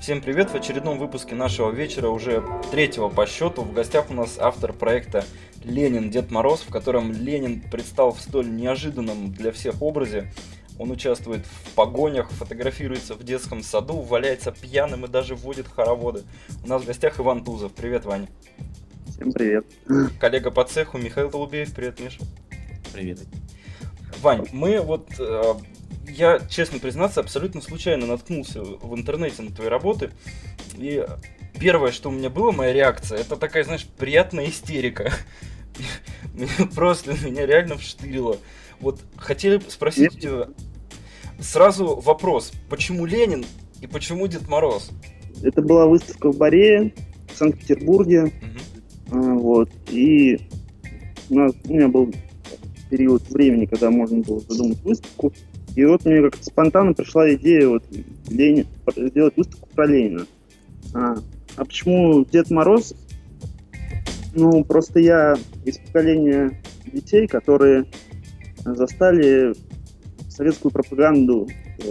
Всем привет! В очередном выпуске нашего вечера, уже третьего по счету, в гостях у нас автор проекта «Ленин. Дед Мороз», в котором Ленин предстал в столь неожиданном для всех образе. Он участвует в погонях, фотографируется в детском саду, валяется пьяным и даже водит хороводы. У нас в гостях Иван Тузов. Привет, Ваня. Всем привет. Коллега по цеху Михаил Толубеев. Привет, Миша. Привет. Вань, я, честно признаться, абсолютно случайно наткнулся в интернете на твои работы. И первое, что у меня было, моя реакция, это такая, знаешь, приятная истерика. Меня реально вштырило. Вот хотели спросить у тебя сразу вопрос. Почему Ленин и почему Дед Мороз? Это была выставка в Борее, в Санкт-Петербурге. Вот. И у меня был период времени, когда можно было задумать выставку. И вот мне как-то спонтанно пришла идея сделать выставку про Ленина. А почему Дед Мороз? Ну, просто я из поколения детей, которые застали советскую пропаганду.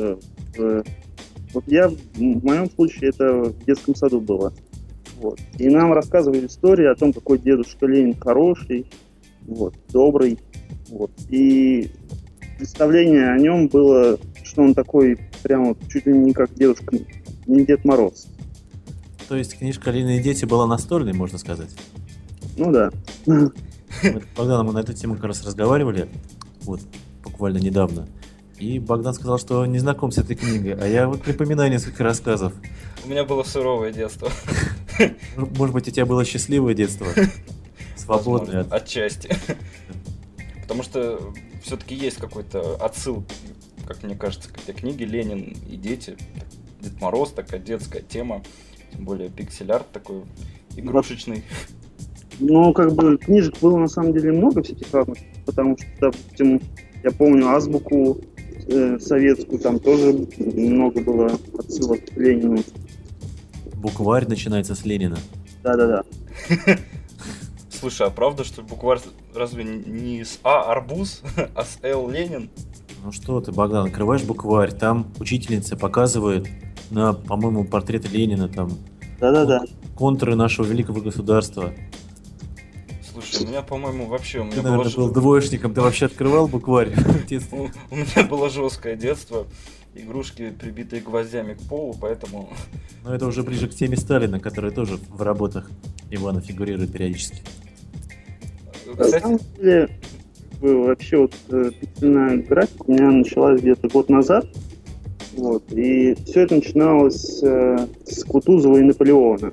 Вот я, в моем случае, это в детском саду было. Вот. И нам рассказывали истории о том, какой дедушка Ленин хороший, добрый. Вот. И представление о нем было, что он такой прямо чуть ли не как дедушка, не Дед Мороз. То есть книжка «Ленин и дети» была настольной, можно сказать? Ну да. Богдан, мы на эту тему как раз разговаривали, буквально недавно. И Богдан сказал, что не знаком с этой книгой, а я припоминаю несколько рассказов. У меня было суровое детство. Может быть, у тебя было счастливое детство? Свободное? Отчасти. Потому что все-таки есть какой-то отсыл, как мне кажется, к этой книге «Ленин и дети». Дед Мороз, такая детская тема, тем более пиксель-арт такой игрушечный. Ну, книжек было на самом деле много всяких разных, потому что, допустим, я помню азбуку советскую, там тоже много было отсылок к Ленину. Букварь начинается с Ленина. Да-да-да. Слушай, а правда, что букварь разве не с А арбуз, а с Л Ленин? Ну что ты, Богдан, открываешь букварь, там учительница показывает на, по-моему, портрет Ленина, там Да-да-да. контуры нашего великого государства. Слушай, у меня, по-моему, вообще... Ты, наверное, был двоечником, ты вообще открывал букварь в детстве? У меня было жесткое детство, игрушки, прибитые гвоздями к полу, поэтому... Но это уже ближе к теме Сталина, которая тоже в работах Ивана фигурирует периодически. На самом деле, вообще пиксельная графика у меня началась где-то год назад. И все это начиналось с Кутузова и Наполеона.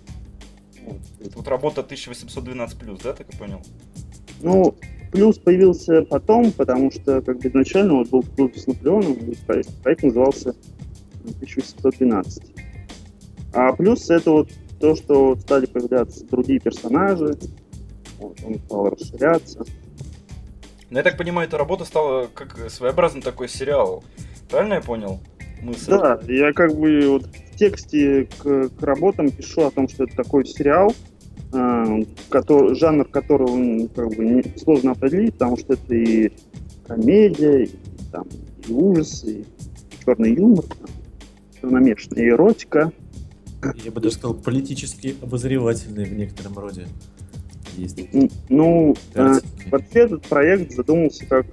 Это работа 1812+, да, так я понял? Ну, плюс появился потом, потому что изначально был Кутузов с Наполеоном, и проект назывался 1812. А плюс это то, что стали появляться другие персонажи, он стал расширяться. Ну, я так понимаю, эта работа стала как своеобразный такой сериал. Правильно я понял мысль? Да, я в тексте к работам пишу о том, что это такой сериал, жанр которого сложно определить, потому что это и комедия, и ужас, и черный юмор, все намешано, и эротика. Я бы даже сказал, политически обозревательный в некотором роде есть. Ну, вообще этот проект задумался как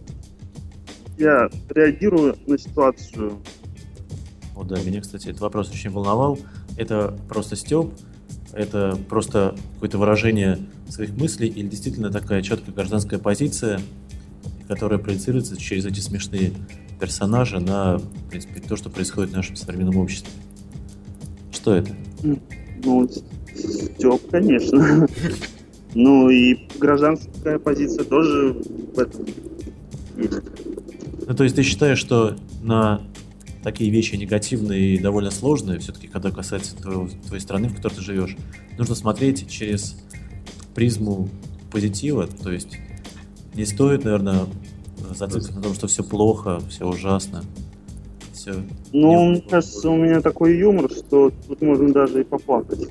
я реагирую на ситуацию. Да, меня, кстати, этот вопрос очень волновал. Это просто стёб, это просто какое-то выражение своих мыслей или действительно такая четкая гражданская позиция, которая проецируется через эти смешные персонажи на, в принципе, то, что происходит в нашем современном обществе. Что это? Ну, стёб, конечно. Ну и гражданская позиция тоже в этом есть. Ну, то есть ты считаешь, что на такие вещи негативные и довольно сложные, все-таки, когда касается твоей страны, в которой ты живешь, нужно смотреть через призму позитива, то есть не стоит, наверное, зацикливаться на том, что все плохо, все ужасно. Ну, мне кажется, у меня такой юмор, что тут можно даже и поплакать.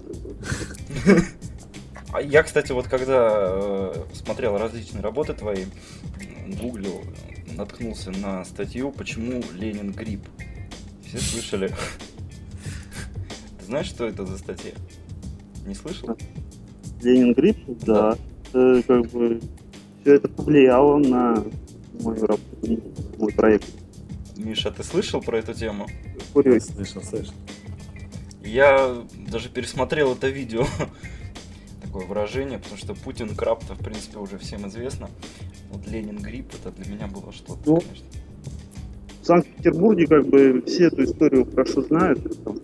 Я, кстати, когда смотрел различные работы твои, гуглил, наткнулся на статью «Почему Ленин гриб?». Все слышали? знаешь, что это за статья? Не слышал? Ленин Грипп, да. Как бы все это повлияло на мою работу, мой проект. Миша, ты слышал про эту тему? Слышал. Я даже пересмотрел это видео. Такое выражение, потому что Путин краб-то, в принципе, уже всем известно. Вот Ленин Грипп, это для меня было что-то, конечно. В Санкт-Петербурге как бы все эту историю хорошо знают. Там,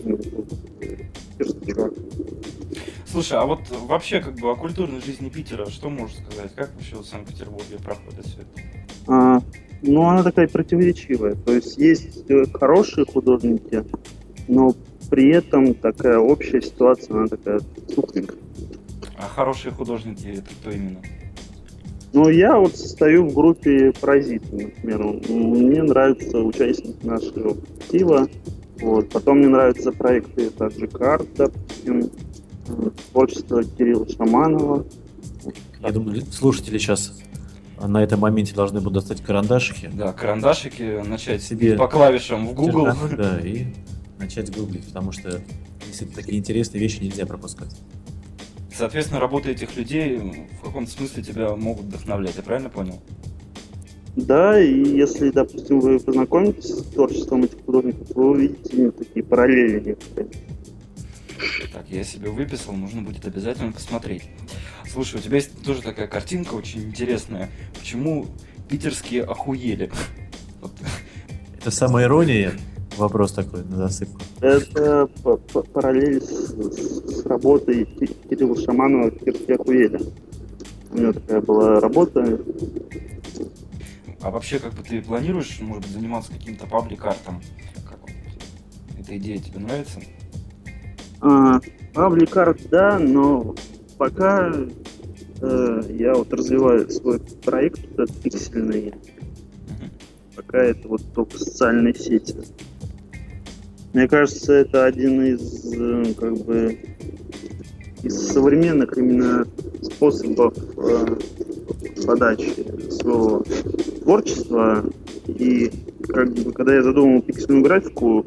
чувак. Слушай, а вот вообще как бы о культурной жизни Питера что можешь сказать? Как вообще в Санкт-Петербурге проходит все это? Ну, она такая противоречивая. То есть хорошие художники, но при этом такая общая ситуация, она такая тухленькая. А хорошие художники это кто именно? Ну, я вот состою в группе «Паразиты», например. Мне нравятся участники нашего коллектива. Вот. Потом мне нравятся проекты также «Карт», допустим, творчество Кирилла Шаманова. Я думаю, слушатели сейчас на этом моменте должны будут достать карандашики. Да, карандашики, начать себе по клавишам в Google. Да, и начать гуглить, потому что действительно такие интересные вещи нельзя пропускать. Соответственно, работа этих людей в каком-то смысле тебя могут вдохновлять, я правильно понял? Да, и если, допустим, вы познакомитесь с творчеством этих художников, вы увидите такие параллели некоторые. Так, я себе выписал, нужно будет обязательно посмотреть. Слушай, у тебя есть тоже такая картинка очень интересная. Почему питерские охуели? Вот. Это самая ирония? Вопрос такой на засыпку. Это параллель с работой Кирилла Шаманова «Питерские охуели». У него такая была работа. А вообще, как бы ты планируешь, может быть, заниматься каким-то паблик-артом? Как вот? Эта идея тебе нравится? Паблик-арт, да, но пока я вот развиваю свой проект, этот пиксельный. Пока это вот только социальные сети. Мне кажется, это один из как бы из современных именно способов подачи своего творчества. И как бы когда я задумал пиксельную графику,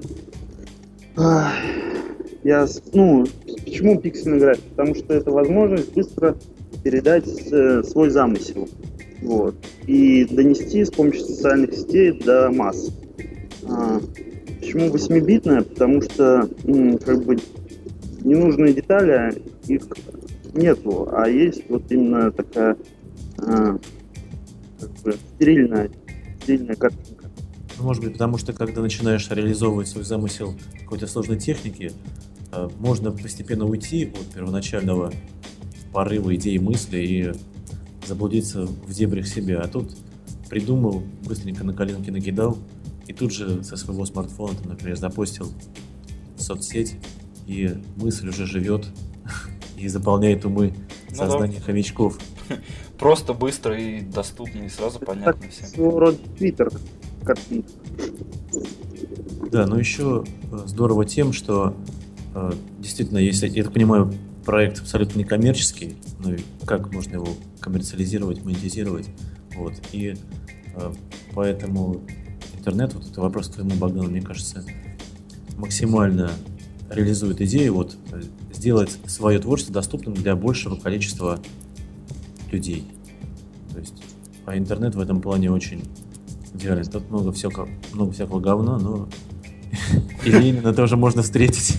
почему пиксельная графика? Потому что это возможность быстро передать свой замысел. Вот. И донести с помощью социальных сетей до масс. Почему 8-битная? Потому что как бы ненужные детали, их нету, а есть вот именно такая как бы стерильная картинка. Может быть, потому что когда начинаешь реализовывать свой замысел какой-то сложной техники, можно постепенно уйти от первоначального порыва идеи, мысли и заблудиться в дебрях себя. А тут придумал, быстренько на коленке накидал, и тут же со своего смартфона, там, например, запостил в соцсеть, и мысль уже живет и заполняет умы сознание хомячков. Просто быстро и доступно, и сразу понятно всем. Своего рода твиттер картинка. Да, но еще здорово тем, что действительно, если, я так понимаю, проект абсолютно некоммерческий, ну и как можно его коммерциализировать, монетизировать, вот, и поэтому интернет, вот это вопрос к твоему, Богдану, мне кажется, максимально реализует идею, вот, сделать свое творчество доступным для большего количества людей. То есть, а интернет в этом плане очень идеален. Тут много всякого говна, но и Ленина тоже можно встретить.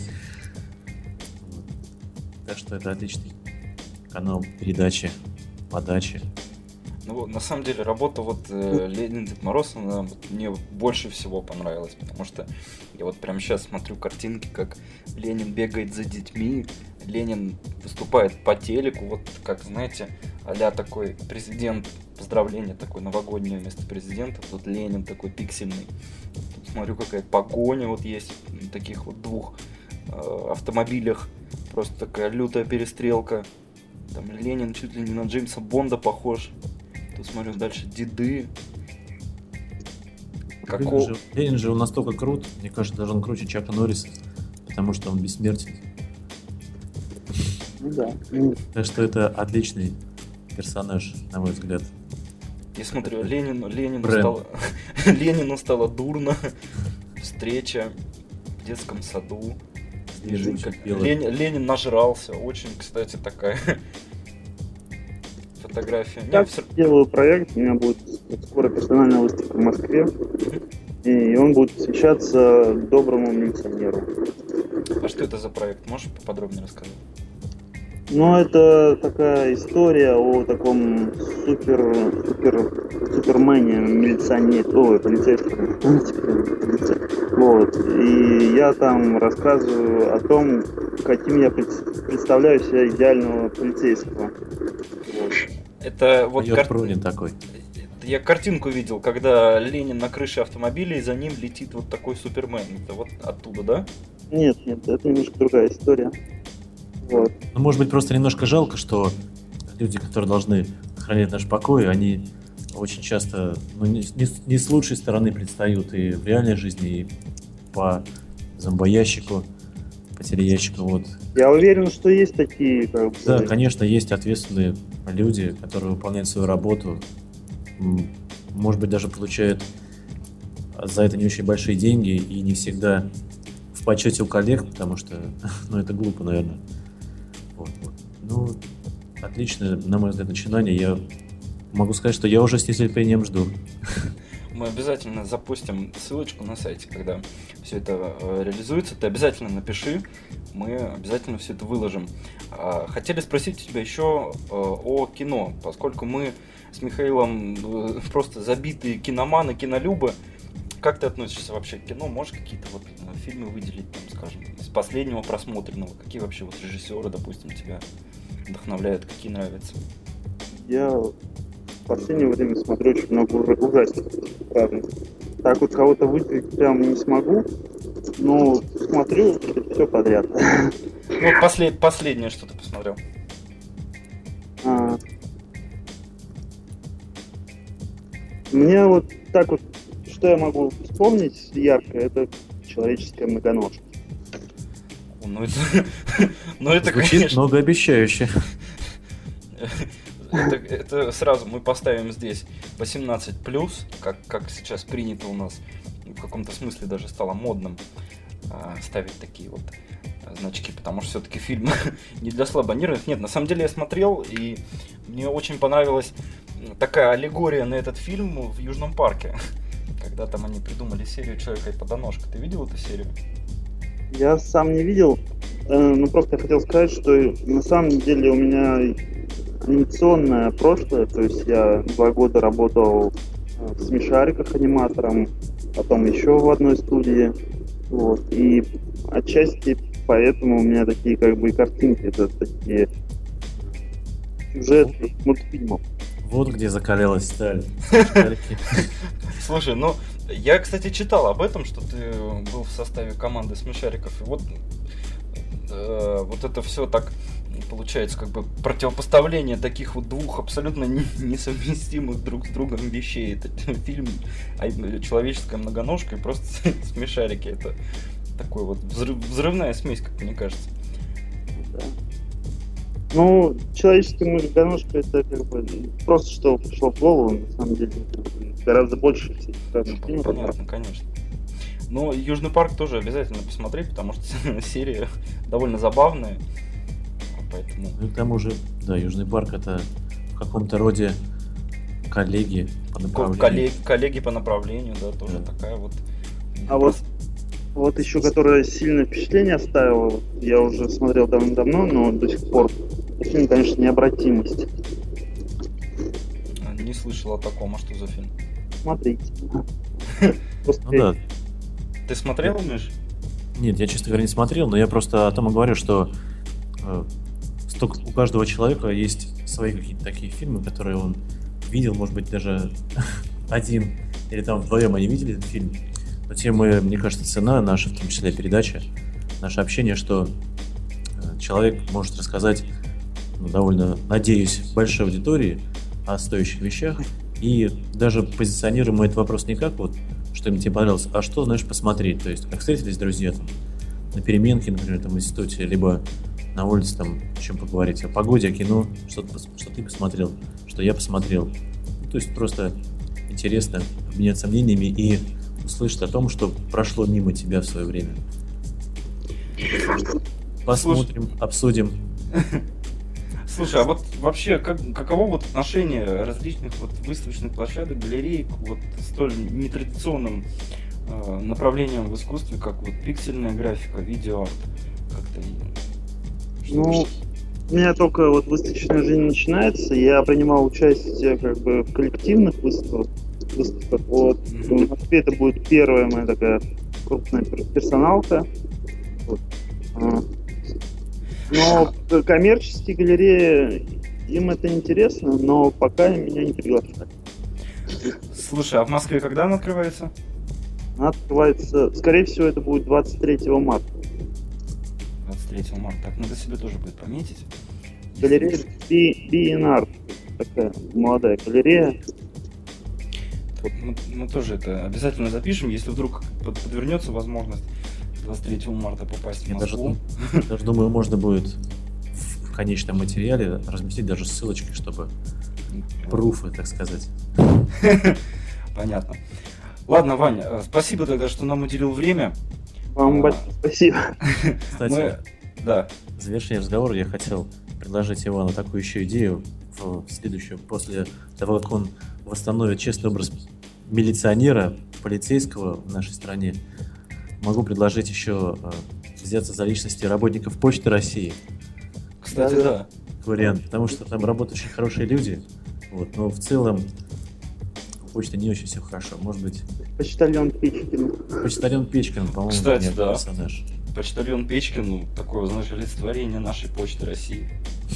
Так что это отличный канал передачи, подачи. Ну, на самом деле, работа вот Ленин Дед Мороз, она мне больше всего понравилась, потому что я вот прямо сейчас смотрю картинки, как Ленин бегает за детьми, Ленин выступает по телеку, вот как, знаете, а-ля такой президент, поздравление такое новогоднее вместо президента, тут Ленин такой пиксельный. Тут смотрю, какая погоня вот есть на таких вот двух автомобилях, просто такая лютая перестрелка. Там Ленин чуть ли не на Джеймса Бонда похож. Тут смотрю дальше деды. Ленин же он настолько крут, мне кажется, даже он круче Чака Норриса, потому что он бессмертен. Ну да. Так что это отличный персонаж, на мой взгляд. Я смотрю, Ленину стало дурно. Встреча в детском саду. Лежит белый. Ленин нажрался. Очень, кстати, такая фотография. Я делаю проект, у меня будет скоро персональная выставка в Москве, и он будет посвящаться доброму милиционеру. А что это за проект? Можешь поподробнее рассказать? Ну, это такая история о таком супермене, милиционере, полицейском. Вот. И я там рассказываю о том, каким я представляю себя идеального полицейского. Вот. Это вот Пронин такой. Я картинку видел, когда Ленин на крыше автомобиля, и за ним летит вот такой Супермен. Это вот оттуда, да? Нет, это немножко другая история. Вот. Ну, может быть, просто немножко жалко, что люди, которые должны охранять наш покой, они очень часто не с лучшей стороны предстают и в реальной жизни, и по зомбоящику, по телеящику. Вот. Я уверен, что есть такие, Да, конечно, есть ответственные люди, которые выполняют свою работу, может быть, даже получают за это не очень большие деньги и не всегда в почете у коллег, потому что, это глупо, наверное. Вот. Ну, отличное, на мой взгляд, начинание. Я могу сказать, что я уже с нетерпением жду. Мы обязательно запустим ссылочку на сайте, когда все это реализуется. Ты обязательно напиши, мы обязательно все это выложим. Хотели спросить у тебя еще о кино, поскольку мы с Михаилом просто забитые киноманы, кинолюбы. Как ты относишься вообще к кино? Можешь какие-то вот фильмы выделить, там, скажем, из последнего просмотренного? Какие вообще вот режиссеры, допустим, тебя вдохновляют, какие нравятся? Я в последнее время смотрю очень много ужастиков, правда. Так вот кого-то выделить прям не смогу, но смотрю все подряд. Ну, последнее, что ты посмотрел? Мне вот так вот, что я могу вспомнить ярко, это «Человеческая многоножка». Это, звучит, конечно, многообещающе. Это сразу мы поставим здесь 18+, как сейчас принято у нас, в каком-то смысле даже стало модным ставить такие вот значки, потому что все-таки фильм не для слабонервных. Нет, на самом деле я смотрел, и мне очень понравилась такая аллегория на этот фильм в Южном парке, когда там они придумали серию «Человека и подоножка». Ты видел эту серию? Я сам не видел, но просто я хотел сказать, что на самом деле у меня анимационное прошлое, то есть я 2 года работал в «Смешариках» аниматором, потом еще в одной студии, вот, и отчасти поэтому у меня такие как бы картинки, это такие сюжеты мультфильмов. Вот где закалялась сталь. Слушай, я, кстати, читал об этом, что ты был в составе команды «Смешариков», и вот это все так получается как бы противопоставление таких вот двух абсолютно несовместимых друг с другом вещей. Это фильм «Человеческая многоножка» и просто «Смешарики». Это такой вот взрывная смесь, как мне кажется. Да. Ну, «Человеческая многоножка» это как бы просто что пришло в голову, на самом деле гораздо больше всех фильмов. Понятно, конечно. Но «Южный парк» тоже обязательно посмотреть, потому что серия довольно забавная. Поэтому... Ну и к тому же, да, «Южный парк» это в каком-то роде коллеги по направлению. Коллеги по направлению, да, тоже такая вот. А вот еще, которая сильное впечатление оставила, я уже смотрел давно, но до сих пор, фильм, конечно, «Необратимость». Не слышал о таком, а что за фильм? Смотрите. Ну да. Ты смотрел, Миш? Нет, я, честно говоря, не смотрел, но я просто о том и говорю, что у каждого человека есть свои какие-то такие фильмы, которые он видел, может быть, даже один или там вдвоем они видели этот фильм. Но тем, мне кажется, цена наша, в том числе передача, наше общение, что человек может рассказать довольно, надеюсь, большой аудитории о стоящих вещах. И даже позиционируем мы этот вопрос не как вот, что им тебе понравилось, а что, знаешь, посмотреть. То есть, как встретились друзья там, на переменке, например, там, в институте, либо на улице, там, о чем поговорить, о погоде, о кино, что ты посмотрел, что я посмотрел. Ну, то есть, просто интересно обменяться мнениями и услышать о том, что прошло мимо тебя в свое время. Посмотрим, обсудим. Слушай, а вот вообще, каково вот отношение различных вот выставочных площадок, галерей к вот столь нетрадиционным направлениям в искусстве, как вот пиксельная графика, видеоарт? Как-то... Ну, у меня только вот выставочная жизнь начинается. Я принимал участие как бы в коллективных выставках. Вот. В Москве это будет первая моя такая крупная персоналка. Вот. Но коммерческие галереи, им это интересно, но пока меня не приглашают. Слушай, а в Москве когда она открывается? Она открывается, скорее всего, это будет 23 марта. 23 марта. Так, надо себе тоже будет пометить. Галерея B&R, такая молодая галерея. Мы тоже это обязательно запишем, если вдруг подвернется возможность 23 марта попасть в Москву. Даже думаю, можно будет в конечном материале разместить даже ссылочки, чтобы пруфы, так сказать. Понятно. Ладно, Ваня, спасибо тогда, что нам уделил время. Вам большое спасибо. Кстати, да. в завершение разговора я хотел предложить Ивану такую еще идею в следующем, после того, как он восстановит честный образ милиционера, полицейского в нашей стране. Могу предложить еще взяться за личности работников Почты России. Кстати, да. Вариант, потому что там работают очень хорошие люди, вот, но в целом у почты не очень все хорошо. Может быть... Почтальон Печкин. Почтальон Печкин, по-моему, кстати, да. Персонаж. Почтальон Печкин, ну, такое, знаешь, олицетворение нашей Почты России.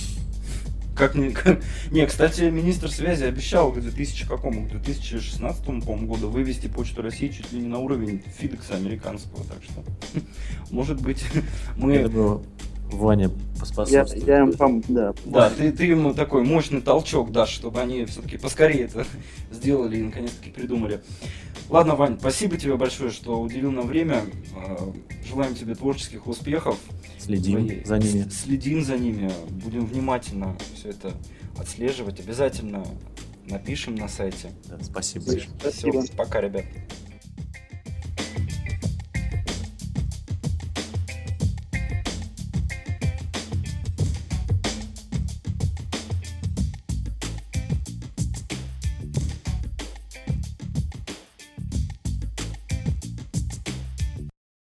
Не, кстати, министр связи обещал к 2016 по-моему, году вывести Почту России чуть ли не на уровень Фидекса американского, так что, может быть, мы... Я думаю, Ваня поспособствует. Я им да. Да, ты ему такой мощный толчок дашь, чтобы они все-таки поскорее это сделали и наконец-таки придумали. Ладно, Вань, спасибо тебе большое, что уделил нам время. Желаем тебе творческих успехов. Следим за ними. Следим за ними. Будем внимательно все это отслеживать. Обязательно напишем на сайте. Да, спасибо. Спасибо. Все, пока, ребят.